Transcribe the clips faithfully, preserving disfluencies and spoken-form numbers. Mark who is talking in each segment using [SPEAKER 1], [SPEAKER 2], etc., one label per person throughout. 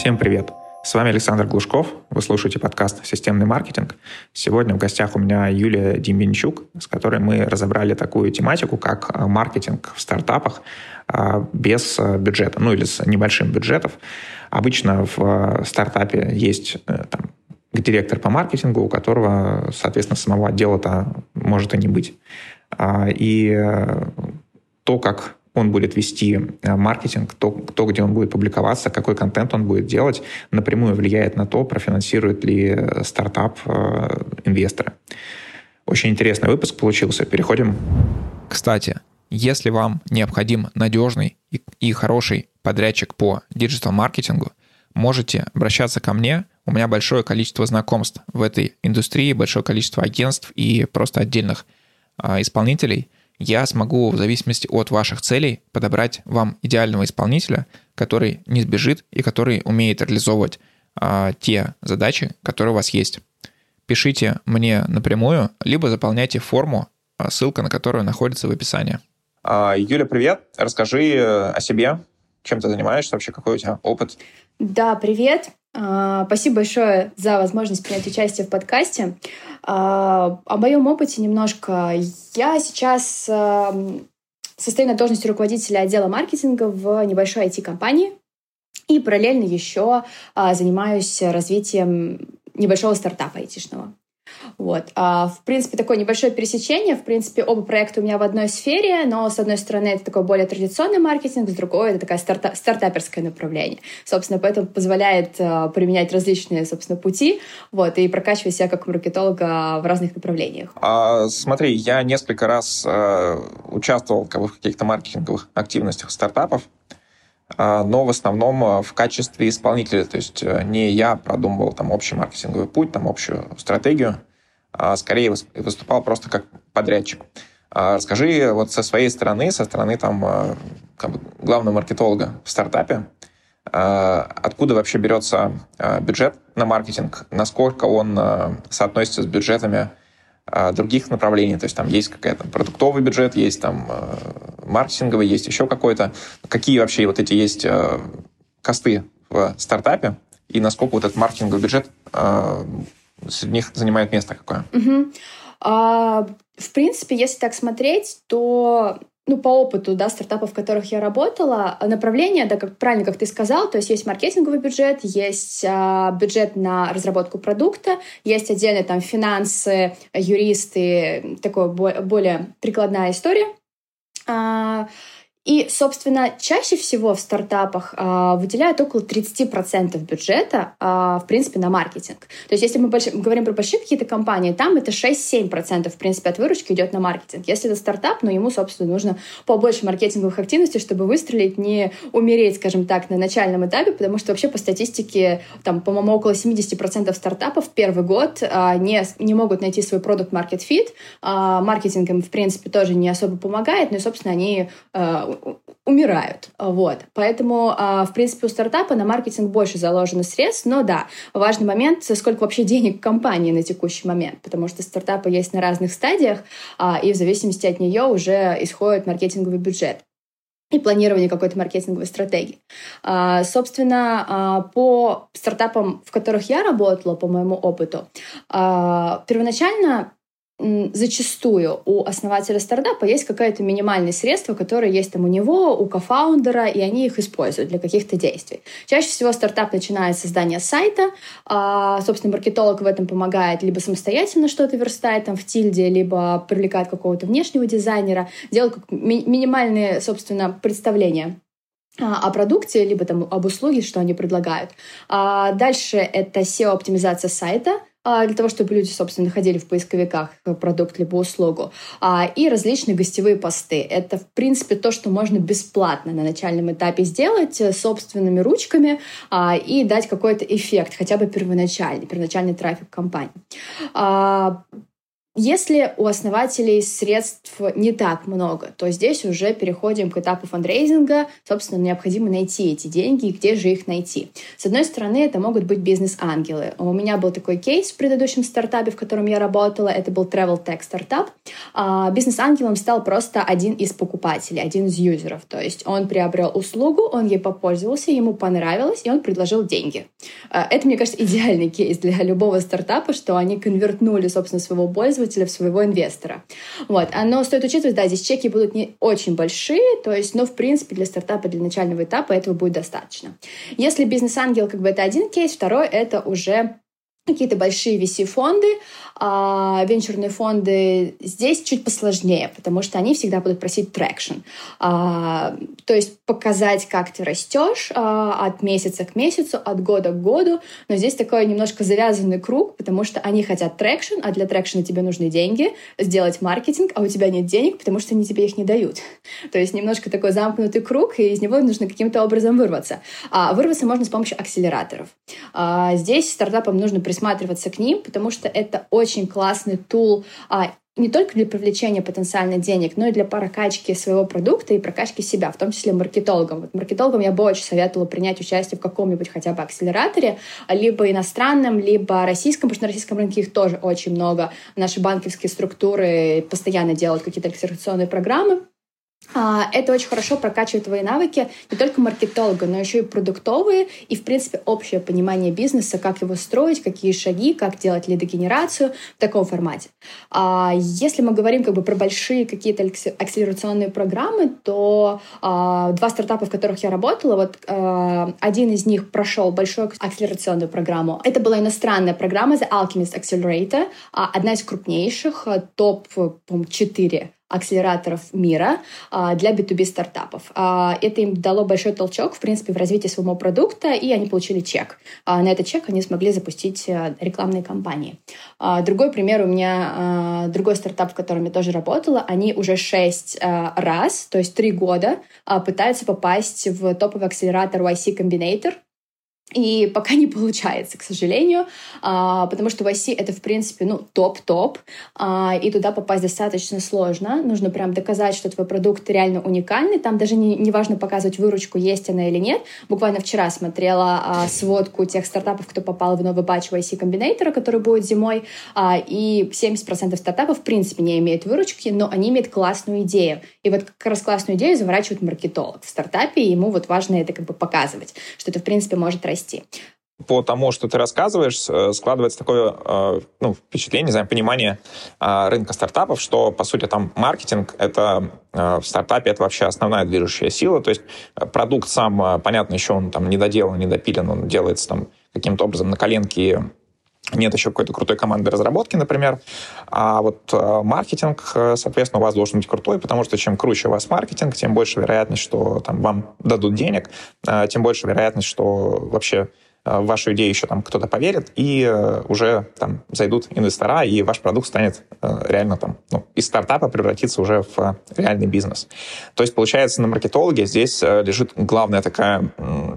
[SPEAKER 1] Всем привет! С вами Александр Глушков. Вы слушаете подкаст «Системный маркетинг». Сегодня в гостях у меня Юлия Демьянчук, с которой мы разобрали такую тематику, как маркетинг в стартапах без бюджета, ну или с небольшим бюджетом. Обычно в стартапе есть там директор по маркетингу, у которого, соответственно, самого отдела-то может и не быть. И то, как он будет вести маркетинг, то, то, где он будет публиковаться, какой контент он будет делать, напрямую влияет на то, профинансирует ли стартап э, инвесторы. Очень интересный выпуск получился. Переходим.
[SPEAKER 2] Кстати, если вам необходим надежный и, и хороший подрядчик по диджитал-маркетингу, можете обращаться ко мне. У меня большое количество знакомств в этой индустрии, большое количество агентств и просто отдельных э, исполнителей. Я смогу в зависимости от ваших целей подобрать вам идеального исполнителя, который не сбежит и который умеет реализовывать а, те задачи, которые у вас есть. Пишите мне напрямую, либо заполняйте форму, ссылка на которую находится в описании.
[SPEAKER 1] Юля, привет. Расскажи о себе. Чем ты занимаешься вообще? Какой у тебя опыт?
[SPEAKER 3] Да, привет. Спасибо большое за возможность принять участие в подкасте. О моем опыте немножко. Я сейчас состою на должности руководителя отдела маркетинга в небольшой ай ти-компании и параллельно еще занимаюсь развитием небольшого стартапа айтишного. Вот. В принципе, такое небольшое пересечение. В принципе, оба проекта у меня в одной сфере, но, с одной стороны, это такой более традиционный маркетинг, с другой — это такое старта- стартаперское направление. Собственно, поэтому позволяет uh, применять различные, собственно, пути, вот, и прокачивать себя как маркетолога в разных направлениях.
[SPEAKER 1] А, смотри, я несколько раз э, участвовал как бы, в каких-то маркетинговых активностях стартапов, э, но в основном в качестве исполнителя. То есть не я продумывал там общий маркетинговый путь, там общую стратегию, а скорее выступал просто как подрядчик. Расскажи вот со своей стороны, со стороны там, как бы главного маркетолога в стартапе, откуда вообще берется бюджет на маркетинг, насколько он соотносится с бюджетами других направлений. То есть там есть какой-то продуктовый бюджет, есть там маркетинговый, есть еще какой-то. Какие вообще вот эти есть косты в стартапе и насколько вот этот маркетинговый бюджет среди них занимает место какое?
[SPEAKER 3] Угу. А, в принципе, если так смотреть, то ну, по опыту да, стартапов, в которых я работала, направление, да, как правильно, как ты сказал, то есть есть маркетинговый бюджет, есть а, бюджет на разработку продукта, есть отдельно там финансы, юристы, такое более прикладная история. А, И, собственно, чаще всего в стартапах а, выделяют около тридцать процентов бюджета, а, в принципе, на маркетинг. То есть если мы больш... говорим про большие какие-то компании, там это шесть-семь процентов, в принципе, от выручки идет на маркетинг. Если это стартап, ну, ему, собственно, нужно побольше маркетинговых активностей, чтобы выстрелить, не умереть, скажем так, на начальном этапе, потому что вообще по статистике, там, по-моему, около семьдесят процентов стартапов в первый год а, не, не могут найти свой продукт-маркет фит. А, маркетинг им, в принципе, тоже не особо помогает, но и, собственно, они а, умирают. Вот. Поэтому, в принципе, у стартапа на маркетинг больше заложено средств, но да, важный момент, сколько вообще денег компании на текущий момент, потому что стартапы есть на разных стадиях, и в зависимости от нее уже исходит маркетинговый бюджет и планирование какой-то маркетинговой стратегии. Собственно, по стартапам, в которых я работала, по моему опыту, первоначально зачастую у основателя стартапа есть какое-то минимальное средство, которое есть там у него, у кофаундера, и они их используют для каких-то действий. Чаще всего стартап начинает с создания сайта, а, собственно, маркетолог в этом помогает, либо самостоятельно что-то верстает там в тильде, либо привлекает какого-то внешнего дизайнера, делает как ми- минимальные, собственно, представления о продукте, либо там об услуге, что они предлагают. А дальше это сео-оптимизация сайта, для того, чтобы люди, собственно, находили в поисковиках продукт либо услугу. И различные гостевые посты. Это, в принципе, то, что можно бесплатно на начальном этапе сделать собственными ручками и дать какой-то эффект, хотя бы первоначальный, первоначальный трафик компании. Если у основателей средств не так много, то здесь уже переходим к этапу фандрейзинга. Собственно, необходимо найти эти деньги и где же их найти. С одной стороны, это могут быть бизнес-ангелы. У меня был такой кейс в предыдущем стартапе, в котором я работала. Это был travel tech стартап. Бизнес-ангелом стал просто один из покупателей, один из юзеров. То есть он приобрел услугу, он ей попользовался, ему понравилось, и он предложил деньги. Это, мне кажется, идеальный кейс для любого стартапа, что они конвертнули, собственно, своего пользователя в своего инвестора. Вот. Но стоит учитывать, да, здесь чеки будут не очень большие, то есть, но, в принципе, для стартапа, для начального этапа этого будет достаточно. Если бизнес-ангел, как бы, это один кейс, второй — это уже какие-то большие ви си-фонды, а венчурные фонды здесь чуть посложнее, потому что они всегда будут просить трекшн. А, то есть показать, как ты растешь а, от месяца к месяцу, от года к году. Но здесь такой немножко завязанный круг, потому что они хотят трекшн, а для трекшна тебе нужны деньги, сделать маркетинг, а у тебя нет денег, потому что они тебе их не дают. То есть немножко такой замкнутый круг, и из него нужно каким-то образом вырваться. А вырваться можно с помощью акселераторов. А, здесь стартапам нужно присматриваться к ним, потому что это очень очень классный тул а, не только для привлечения потенциально денег, но и для прокачки своего продукта и прокачки себя, в том числе маркетологам. Вот маркетологам я бы очень советовала принять участие в каком-нибудь хотя бы акселераторе, либо иностранном, либо российском, потому что на российском рынке их тоже очень много. Наши банковские структуры постоянно делают какие-то акселерационные программы. Это очень хорошо прокачивает твои навыки не только маркетолога, но еще и продуктовые, и, в принципе, общее понимание бизнеса, как его строить, какие шаги, как делать лидогенерацию в таком формате. Если мы говорим как бы про большие какие-то акселерационные программы, то два стартапа, в которых я работала, вот один из них прошел большую акселерационную программу. Это была иностранная программа The Alchemist Accelerator, одна из крупнейших, топ четыре акселераторов мира а, для би ту би стартапов. А, это им дало большой толчок, в принципе, в развитии своего продукта, и они получили чек. А, на этот чек они смогли запустить а, рекламные кампании. А, другой пример у меня, а, другой стартап, в котором я тоже работала, они уже шесть а, раз, то есть три года, а, пытаются попасть в топовый акселератор уай си Combinator. И пока не получается, к сожалению, потому что уай си — это, в принципе, ну, топ-топ, и туда попасть достаточно сложно. Нужно прям доказать, что твой продукт реально уникальный. Там даже не, не важно показывать выручку, есть она или нет. Буквально вчера смотрела сводку тех стартапов, кто попал в новый батч уай си Combinator, который будет зимой, и семьдесят процентов стартапов, в принципе, не имеют выручки, но они имеют классную идею. И вот как раз классную идею заворачивает маркетолог в стартапе, и ему вот важно это как бы показывать, что это, в принципе, может расти.
[SPEAKER 1] По тому, что ты рассказываешь, складывается такое ну, впечатление, не знаю, понимание рынка стартапов, что, по сути, там маркетинг — это в стартапе это вообще основная движущая сила. То есть продукт сам, понятно, еще он там не доделан, не допилен, он делается там каким-то образом на коленке, нет еще какой-то крутой команды разработки, например. А вот э, маркетинг, соответственно, у вас должен быть крутой, потому что чем круче у вас маркетинг, тем больше вероятность, что там, вам дадут денег, э, тем больше вероятность, что вообще э, в вашу идею еще там кто-то поверит, и э, уже там зайдут инвестора, и ваш продукт станет э, реально там, ну, из стартапа превратится уже в э, реальный бизнес. То есть, получается, на маркетологе здесь э, лежит главная такая э,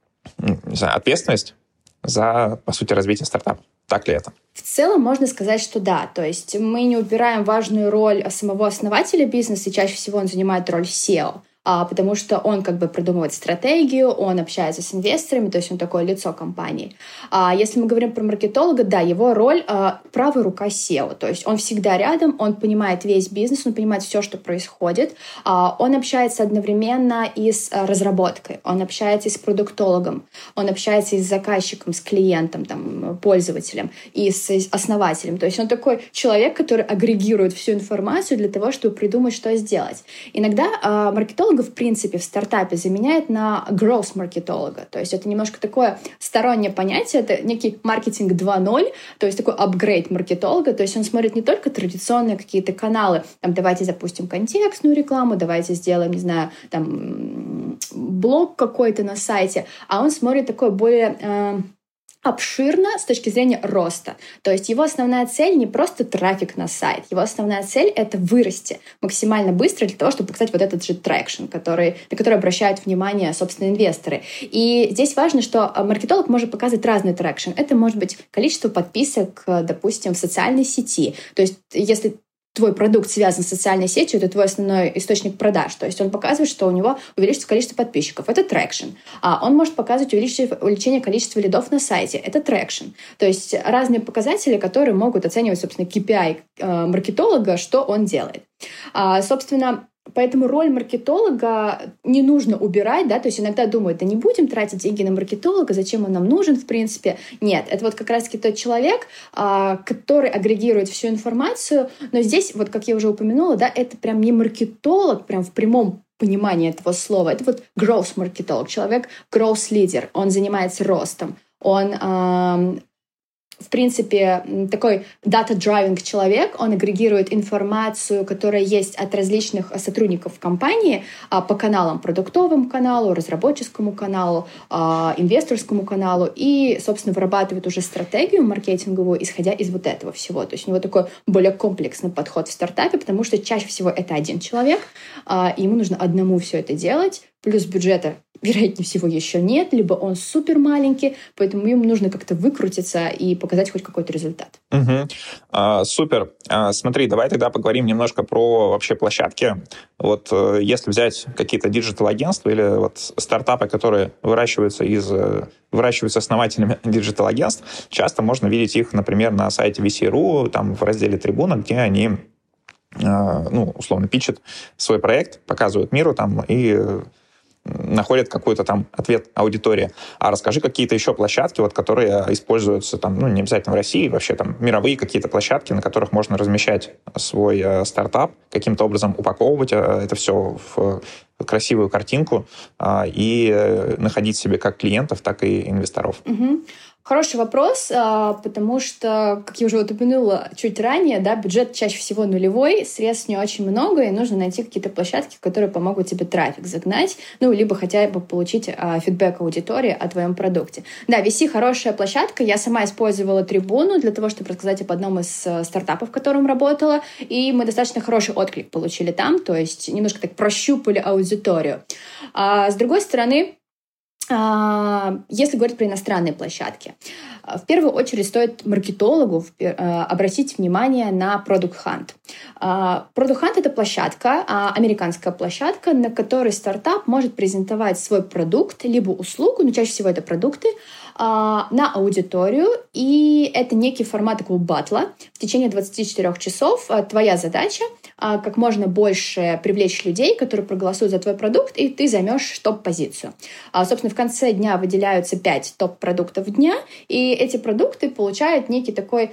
[SPEAKER 1] не знаю, ответственность за, по сути, развитие стартапа. Так ли это?
[SPEAKER 3] В целом можно сказать, что да. То есть мы не убираем важную роль самого основателя бизнеса, и чаще всего он занимает роль сео. А, потому что он как бы продумывает стратегию, он общается с инвесторами, то есть он такое лицо компании. А если мы говорим про маркетолога, да, его роль а, правая рука сео, то есть он всегда рядом, он понимает весь бизнес, он понимает все, что происходит, а, он общается одновременно и с а, разработкой, он общается и с продуктологом, он общается и с заказчиком, с клиентом, там, пользователем, и с основателем. То есть он такой человек, который агрегирует всю информацию для того, чтобы придумать, что сделать. Иногда а, маркетолог в принципе, в стартапе заменяет на growth-маркетолога. То есть это немножко такое стороннее понятие, это некий маркетинг два ноль, то есть такой апгрейд маркетолога. То есть он смотрит не только традиционные какие-то каналы, там, давайте запустим контекстную рекламу, давайте сделаем, не знаю, там, блог какой-то на сайте, а он смотрит такой более... Э, обширно с точки зрения роста. То есть его основная цель не просто трафик на сайт, его основная цель — это вырасти максимально быстро для того, чтобы показать вот этот же трекшн, который, на который обращают внимание, собственно, инвесторы. И здесь важно, что маркетолог может показывать разный трекшн. Это может быть количество подписок, допустим, в социальной сети. То есть если твой продукт связан с социальной сетью, это твой основной источник продаж. То есть он показывает, что у него увеличится количество подписчиков. Это трекшн. А он может показывать увеличение, увеличение количества лидов на сайте. Это трекшн. То есть разные показатели, которые могут оценивать, собственно, кей пи ай э, маркетолога, что он делает. А, собственно, поэтому роль маркетолога не нужно убирать, да, то есть иногда думают, да не будем тратить деньги на маркетолога, зачем он нам нужен, в принципе. Нет, это вот как раз-таки тот человек, который агрегирует всю информацию, но здесь, вот как я уже упомянула, да, это прям не маркетолог, прям в прямом понимании этого слова, это вот growth-маркетолог, человек growth-лидер, он занимается ростом, он в принципе, такой data-driving человек, он агрегирует информацию, которая есть от различных сотрудников компании по каналам, продуктовому каналу, разработческому каналу, инвесторскому каналу и, собственно, вырабатывает уже стратегию маркетинговую, исходя из вот этого всего. То есть у него такой более комплексный подход в стартапе, потому что чаще всего это один человек, и ему нужно одному все это делать, плюс бюджета, вероятнее всего, еще нет, либо он супер маленький, поэтому ему нужно как-то выкрутиться и показать хоть какой-то результат.
[SPEAKER 1] Угу. А, супер. А, смотри, давай тогда поговорим немножко про вообще площадки. Вот если взять какие-то диджитал-агентства или вот стартапы, которые выращиваются из выращиваются основателями диджитал-агентств, часто можно видеть их, например, на сайте ви си точка ру, там в разделе «Трибуна», где они, ну, условно, питчат свой проект, показывают миру там и находят какой-то там ответ аудитории. А расскажи какие-то еще площадки, вот, которые используются там, ну, не обязательно в России, вообще там мировые какие-то площадки, на которых можно размещать свой э, стартап, каким-то образом упаковывать э, это все в красивую картинку э, и э, находить себе как клиентов, так и инвесторов.
[SPEAKER 3] Угу. Хороший вопрос, потому что, как я уже вот упомянула чуть ранее, да, бюджет чаще всего нулевой, средств не очень много, и нужно найти какие-то площадки, которые помогут тебе трафик загнать, ну, либо хотя бы получить а, фидбэк аудитории о твоем продукте. Да, ви си хорошая площадка, я сама использовала Трибуну для того, чтобы рассказать об одном из стартапов, в котором работала, и мы достаточно хороший отклик получили там, то есть немножко так прощупали аудиторию. А, с другой стороны, если говорить про иностранные площадки, в первую очередь стоит маркетологу обратить внимание на Product Hunt. Product Hunt — это площадка, американская площадка, на которой стартап может презентовать свой продукт либо услугу, но чаще всего это продукты, на аудиторию, и это некий формат такого батла. В течение двадцати четырёх часов твоя задача как можно больше привлечь людей, которые проголосуют за твой продукт, и ты займешь топ-позицию. Собственно, в конце дня выделяются пять топ-продуктов дня, и эти продукты получают некий такой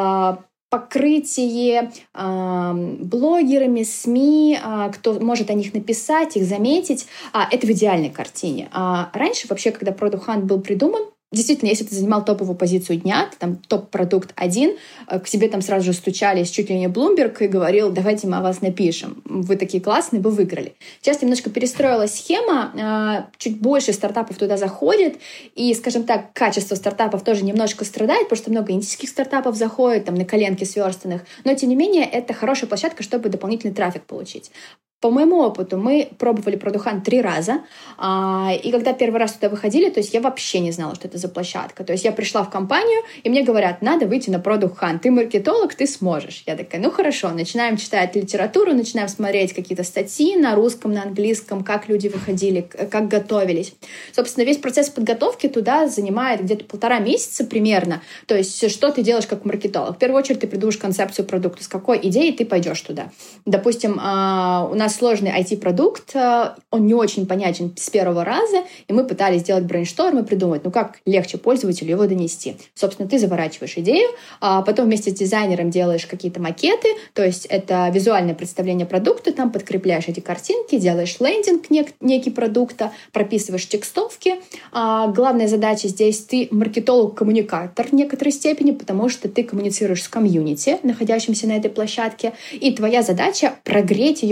[SPEAKER 3] покрытие э, блогерами, СМИ, э, кто может о них написать, их заметить. А, это в идеальной картине. А раньше вообще, когда Product Hunt был придуман, действительно, если ты занимал топовую позицию дня, ты там топ-продукт один, к тебе там сразу же стучались чуть ли не Bloomberg и говорил, давайте мы о вас напишем, вы такие классные, вы выиграли. Сейчас немножко перестроилась схема, чуть больше стартапов туда заходит, и, скажем так, качество стартапов тоже немножко страдает, потому что много индийских стартапов заходит, там на коленке сверстанных, но, тем не менее, это хорошая площадка, чтобы дополнительный трафик получить. По моему опыту, мы пробовали Product Hunt три раза, и когда первый раз туда выходили, то есть я вообще не знала, что это за площадка. То есть я пришла в компанию, и мне говорят, надо выйти на Product Hunt. Ты маркетолог, ты сможешь. Я такая, ну хорошо, начинаем читать литературу, начинаем смотреть какие-то статьи на русском, на английском, как люди выходили, как готовились. Собственно, весь процесс подготовки туда занимает где-то полтора месяца примерно. То есть что ты делаешь как маркетолог? В первую очередь ты придумаешь концепцию продукта, с какой идеей ты пойдешь туда. Допустим, у нас сложный ай ти-продукт, он не очень понятен с первого раза, и мы пытались сделать брейншторм и придумать, ну как легче пользователю его донести. Собственно, ты заворачиваешь идею, а потом вместе с дизайнером делаешь какие-то макеты, то есть это визуальное представление продукта, там подкрепляешь эти картинки, делаешь лендинг нек- некий продукта, прописываешь текстовки. А главная задача здесь ты маркетолог-коммуникатор в некоторой степени, потому что ты коммуницируешь с комьюнити, находящимся на этой площадке, и твоя задача прогреть ее максимально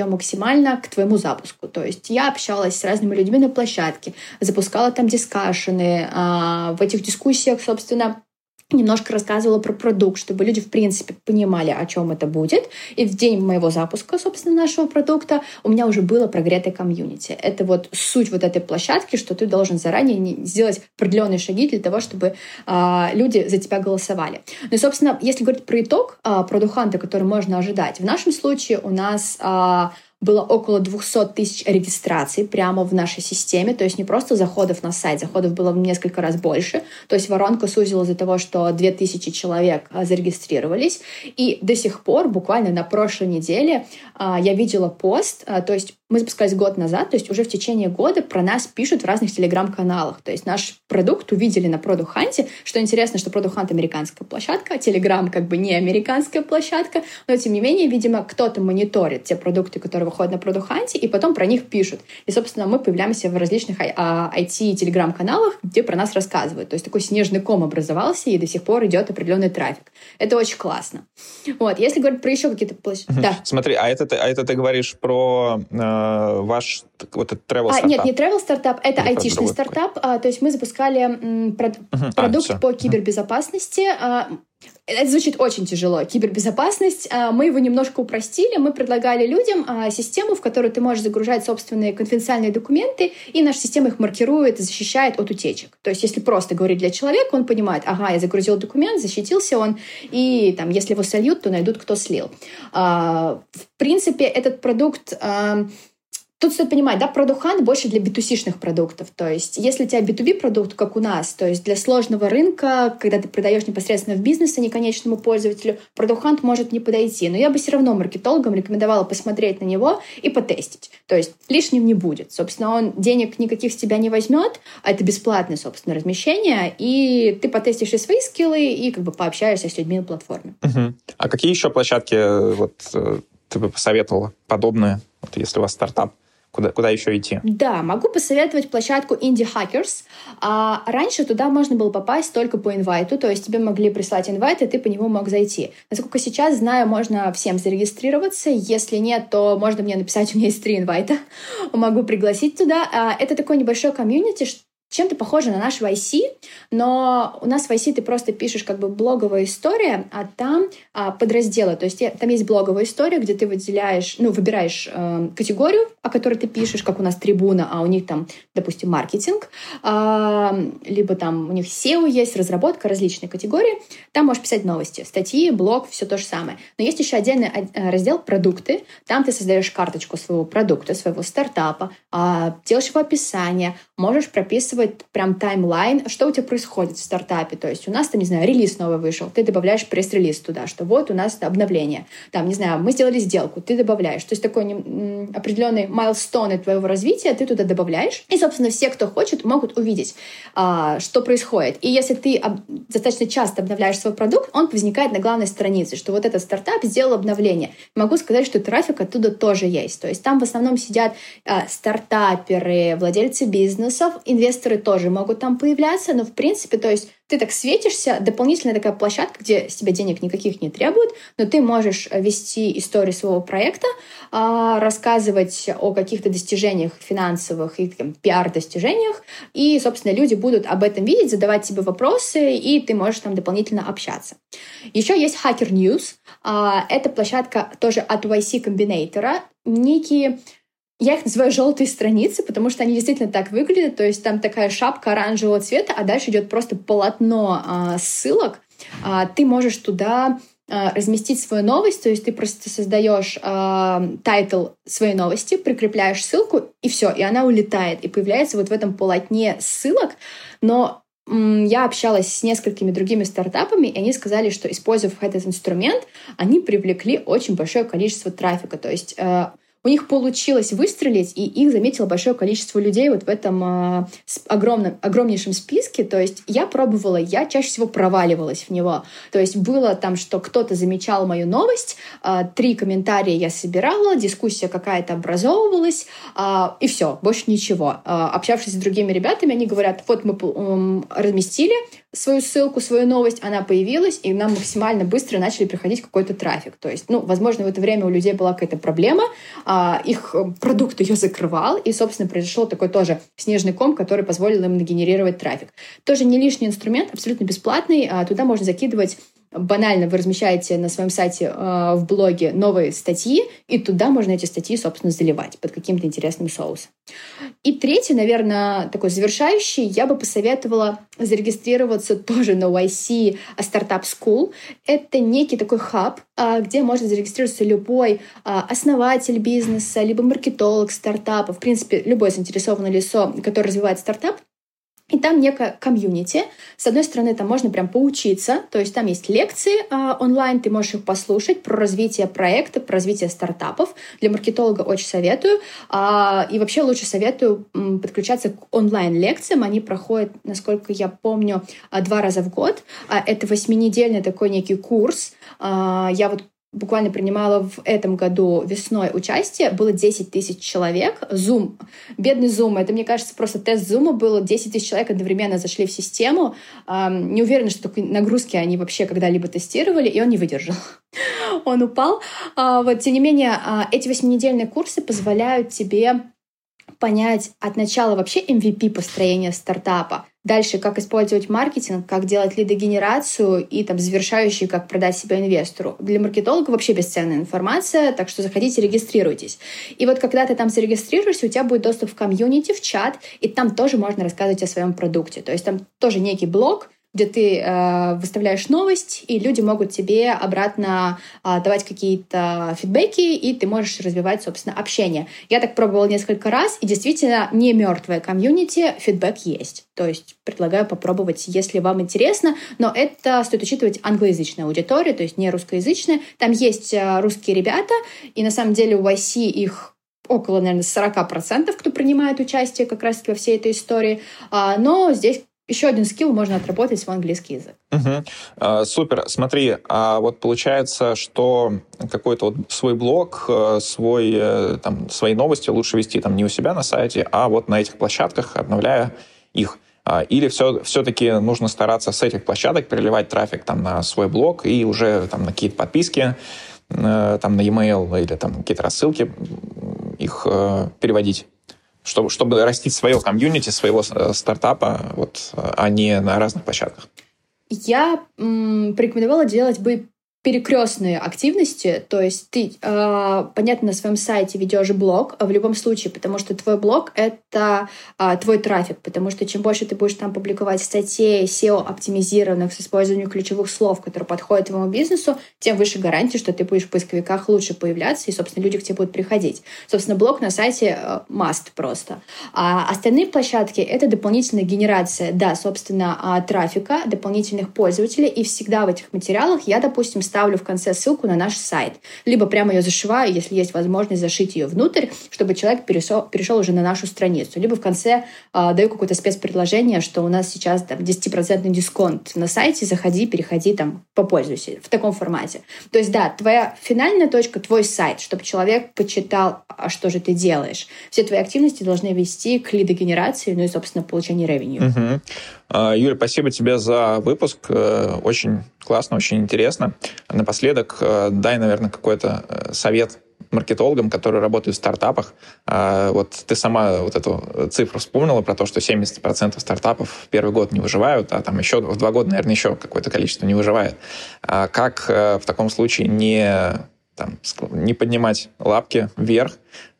[SPEAKER 3] максимально к твоему запуску. То есть я общалась с разными людьми на площадке, запускала там дискашены, в этих дискуссиях, собственно, немножко рассказывала про продукт, чтобы люди, в принципе, понимали, о чем это будет. И в день моего запуска, собственно, нашего продукта у меня уже было прогретое комьюнити. Это вот суть вот этой площадки, что ты должен заранее сделать определенные шаги для того, чтобы а, люди за тебя голосовали. Ну и, собственно, если говорить про итог а, продукт-ханта, который можно ожидать, в нашем случае у нас... А, было около двести тысяч регистраций прямо в нашей системе, то есть не просто заходов на сайт, заходов было в несколько раз больше, то есть воронка сузилась из-за того, что две тысячи человек зарегистрировались, и до сих пор, буквально на прошлой неделе, я видела пост, то есть мы запускались год назад, то есть уже в течение года про нас пишут в разных телеграм-каналах, то есть наш продукт увидели на Product Hunt, что интересно, что Product Hunt — американская площадка, а Telegram как бы не американская площадка, но тем не менее, видимо, кто-то мониторит те продукты, которые выходят на Product Hunt, и потом про них пишут. И, собственно, мы появляемся в различных ай ти-телеграм-каналах, где про нас рассказывают. То есть такой снежный ком образовался, и до сих пор идет определенный трафик. Это очень классно. Вот. Если говорить про еще какие-то площадки...
[SPEAKER 1] Угу.
[SPEAKER 3] Да.
[SPEAKER 1] Смотри, а это, а это ты говоришь про э, ваш вот этот travel стартап?
[SPEAKER 3] А, нет, не travel стартап, это
[SPEAKER 1] Или
[SPEAKER 3] айтишный стартап. А, то есть мы запускали м, прод...
[SPEAKER 1] угу.
[SPEAKER 3] продукт
[SPEAKER 1] а,
[SPEAKER 3] по кибербезопасности. А, это звучит очень тяжело. Кибербезопасность. Мы его немножко упростили. Мы предлагали людям систему, в которую ты можешь загружать собственные конфиденциальные документы, и наша система их маркирует и защищает от утечек. То есть если просто говорить для человека, он понимает, ага, я загрузил документ, защитился он, и там, если его сольют, то найдут, кто слил. В принципе, этот продукт... Тут стоит понимать, да, Product Hunt больше для би ту си-шных продуктов. То есть, если у тебя би ту би-продукт, как у нас, то есть для сложного рынка, когда ты продаешь непосредственно в бизнес, а не конечному пользователю, Product Hunt может не подойти. Но я бы все равно маркетологам рекомендовала посмотреть на него и потестить. То есть лишним не будет. Собственно, он денег никаких с тебя не возьмет, а это бесплатное, собственно, размещение, и ты потестишь и свои скиллы, и как бы пообщаешься с людьми на платформе.
[SPEAKER 1] Угу. А какие еще площадки вот, ты бы посоветовала подобные, вот, если у вас стартап? Куда, куда еще идти?
[SPEAKER 3] Да, могу посоветовать площадку Indie Hackers. А раньше туда можно было попасть только по инвайту, то есть тебе могли прислать инвайт, и ты по нему мог зайти. Насколько сейчас знаю, можно всем зарегистрироваться. Если нет, то можно мне написать, у меня есть три инвайта. Могу пригласить туда. Это такое небольшое комьюнити, чем-то похоже на наш вай си, но у нас в вай си ты просто пишешь как бы блоговая история, а там а, подразделы. То есть там есть блоговая история, где ты выделяешь, ну, выбираешь э, категорию, о которой ты пишешь, как у нас трибуна, а у них там, допустим, маркетинг, э, либо там у них сео есть, разработка, различные категории. Там можешь писать новости, статьи, блог, все то же самое. Но есть еще отдельный раздел «Продукты». Там ты создаешь карточку своего продукта, своего стартапа, э, делаешь его описание, можешь прописывать прям таймлайн, что у тебя происходит в стартапе. То есть у нас там, не знаю, релиз новый вышел, ты добавляешь пресс-релиз туда, что вот у нас обновление. Там, не знаю, мы сделали сделку, ты добавляешь. То есть такой не, определенный майлстоны твоего развития ты туда добавляешь. И, собственно, все, кто хочет, могут увидеть, а, что происходит. И если ты об, достаточно часто обновляешь свой продукт, он возникает на главной странице, что вот этот стартап сделал обновление. Могу сказать, что трафик оттуда тоже есть. То есть там в основном сидят а, стартаперы, владельцы бизнесов, инвесторы тоже могут там появляться, но в принципе, то есть ты так светишься, дополнительная такая площадка, где с тебя денег никаких не требуют, но ты можешь вести историю своего проекта, рассказывать о каких-то достижениях финансовых и там, пиар-достижениях, и, собственно, люди будут об этом видеть, задавать тебе вопросы, и ты можешь там дополнительно общаться. Еще есть Hacker News. Это площадка тоже от вай си Combinator. Некие Я их называю желтые страницы, потому что они действительно так выглядят. То есть там такая шапка оранжевого цвета, а дальше идет просто полотно а, ссылок. А, ты можешь туда а, разместить свою новость, то есть ты просто создаешь а, тайтл своей новости, прикрепляешь ссылку, и все, и она улетает, и появляется вот в этом полотне ссылок. Но м, я общалась с несколькими другими стартапами, и они сказали, что, использовав этот инструмент, они привлекли очень большое количество трафика. То есть а, у них получилось выстрелить, и их заметило большое количество людей вот в этом э, огромном, огромнейшем списке. То есть я пробовала, я чаще всего проваливалась в него. То есть было там, что кто-то замечал мою новость, э, три комментария я собирала, дискуссия какая-то образовывалась, э, и все, больше ничего. Э, общавшись с другими ребятами, они говорят, вот мы э, разместили свою ссылку, свою новость, она появилась, и нам максимально быстро начали приходить какой-то трафик. То есть, ну, возможно, в это время у людей была какая-то проблема, их продукт ее закрывал, и, собственно, произошел такой тоже снежный ком, который позволил им нагенерировать трафик. Тоже не лишний инструмент, абсолютно бесплатный. Туда можно закидывать банально, вы размещаете на своем сайте э, в блоге новые статьи, и туда можно эти статьи, собственно, заливать под каким-то интересным соусом. И третий, наверное, такой завершающий, я бы посоветовала зарегистрироваться тоже на уай си Startup School. Это некий такой хаб, э, где может зарегистрироваться любой э, основатель бизнеса, либо маркетолог стартапа, в принципе, любое заинтересованное лицо, которое развивает стартап. И там некое комьюнити. С одной стороны, там можно прям поучиться, то есть там есть лекции э, онлайн, ты можешь их послушать про развитие проекта, про развитие стартапов. Для маркетолога очень советую. Э, и вообще лучше советую м, подключаться к онлайн-лекциям. Они проходят, насколько я помню, э, два раза в год. Э, это восьминедельный такой некий курс. Э, я вот буквально принимала в этом году весной участие. Было десять тысяч человек. Zoom. Бедный Zoom. Это, мне кажется, просто тест Zoom был. десять тысяч человек одновременно зашли в систему. Эм, не уверена, что такой нагрузки они вообще когда-либо тестировали, и он не выдержал. Он упал. А, вот, тем не менее, эти восьминедельные курсы позволяют тебе понять от начала вообще эм ви пи построения стартапа, дальше как использовать маркетинг, как делать лидогенерацию и там завершающий, как продать себя инвестору. Для маркетолога вообще бесценная информация, так что заходите, регистрируйтесь. И вот когда ты там зарегистрируешься, у тебя будет доступ в комьюнити, в чат, и там тоже можно рассказывать о своем продукте. То есть там тоже некий блог, где ты э, выставляешь новость, и люди могут тебе обратно э, давать какие-то фидбэки, и ты можешь развивать, собственно, общение. Я так пробовала несколько раз, и действительно не мертвое комьюнити, фидбэк есть. То есть предлагаю попробовать, если вам интересно, но это стоит учитывать англоязычная аудитория, то есть не русскоязычная. Там есть э, русские ребята, и на самом деле у уай си их около, наверное, сорок процентов, кто принимает участие как раз-таки во всей этой истории. А, но здесь еще один скилл можно отработать свой английский язык.
[SPEAKER 1] Угу. А, супер. Смотри, а вот получается, что какой-то вот свой блог, свой, там, свои новости лучше вести там не у себя на сайте, а вот на этих площадках, обновляя их. Или все, все-таки нужно стараться с этих площадок переливать трафик там, на свой блог и уже там, на какие-то подписки, там, на e-mail или там, какие-то рассылки их переводить? Чтобы, чтобы растить свое комьюнити, своего стартапа, вот, а не на разных площадках?
[SPEAKER 3] Я м, порекомендовала делать бы перекрестные активности, то есть ты, э, понятно, на своем сайте ведешь блог в любом случае, потому что твой блог — это э, твой трафик, потому что чем больше ты будешь там публиковать статей сео-оптимизированных с использованием ключевых слов, которые подходят твоему бизнесу, тем выше гарантия, что ты будешь в поисковиках лучше появляться, и, собственно, люди к тебе будут приходить. Собственно, блог на сайте э, must просто. А остальные площадки — это дополнительная генерация, да, собственно, трафика, дополнительных пользователей, и всегда в этих материалах я, допустим, ставлю в конце ссылку на наш сайт. Либо прямо ее зашиваю, если есть возможность зашить ее внутрь, чтобы человек перешел, перешел уже на нашу страницу. Либо в конце э, даю какое-то спецпредложение, что у нас сейчас там десять процентов дисконт на сайте, заходи, переходи, там, попользуйся в таком формате. То есть, да, твоя финальная точка — твой сайт, чтобы человек почитал, а что же ты делаешь. Все твои активности должны вести к лидогенерации, ну и, собственно, получению ревеню.
[SPEAKER 1] Угу. Юля, спасибо тебе за выпуск. Очень классно, очень интересно. Напоследок, дай, наверное, какой-то совет маркетологам, которые работают в стартапах. Вот ты сама вот эту цифру вспомнила про то, что семьдесят процентов стартапов в первый год не выживают, а там еще в два года, наверное, еще какое-то количество не выживает. Как в таком случае не, там, не поднимать лапки вверх,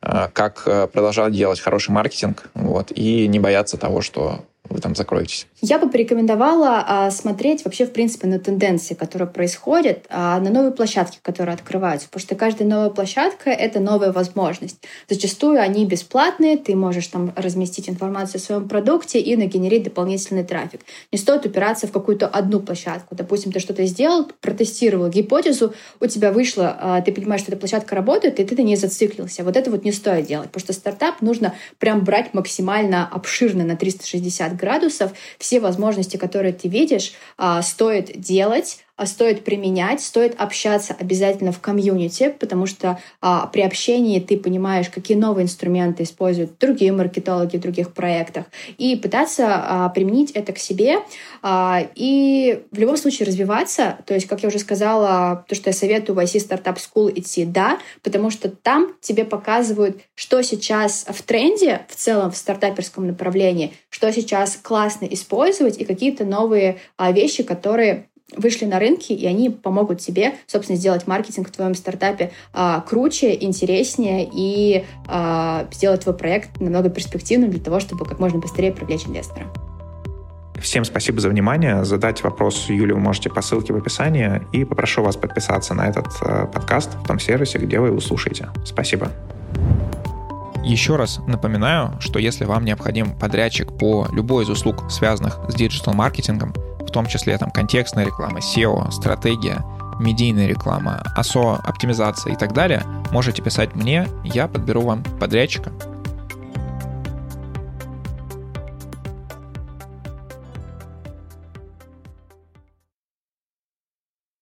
[SPEAKER 1] как продолжать делать хороший маркетинг, вот, и не бояться того, что вы там закроетесь?
[SPEAKER 3] Я бы порекомендовала а, смотреть вообще, в принципе, на тенденции, которые происходят, а, на новые площадки, которые открываются, потому что каждая новая площадка — это новая возможность. Зачастую они бесплатные, ты можешь там разместить информацию о своем продукте и нагенерить дополнительный трафик. Не стоит упираться в какую-то одну площадку. Допустим, ты что-то сделал, протестировал гипотезу, у тебя вышло, а, ты понимаешь, что эта площадка работает, и ты на ней зациклился. Вот это вот не стоит делать, потому что стартап нужно прям брать максимально обширно на триста шестьдесят градусов. Все возможности, которые ты видишь, стоит делать, стоит применять, стоит общаться обязательно в комьюнити, потому что а, при общении ты понимаешь, какие новые инструменты используют другие маркетологи в других проектах, и пытаться а, применить это к себе, а, и в любом случае развиваться. То есть, как я уже сказала, то, что я советую в ай си Startup School идти, да, потому что там тебе показывают, что сейчас в тренде в целом в стартаперском направлении, что сейчас классно использовать, и какие-то новые а, вещи, которые вышли на рынке, и они помогут тебе, собственно, сделать маркетинг в твоем стартапе а, круче, интереснее и а, сделать твой проект намного перспективным для того, чтобы как можно быстрее привлечь инвестора.
[SPEAKER 1] Всем спасибо за внимание. Задать вопрос Юле вы можете по ссылке в описании, и попрошу вас подписаться на этот э, подкаст в том сервисе, где вы его слушаете. Спасибо.
[SPEAKER 2] Еще раз напоминаю, что если вам необходим подрядчик по любой из услуг, связанных с диджитал-маркетингом, в том числе там контекстная реклама, сео, стратегия, медийная реклама, эй эс о, оптимизация и так далее, можете писать мне, я подберу вам подрядчика.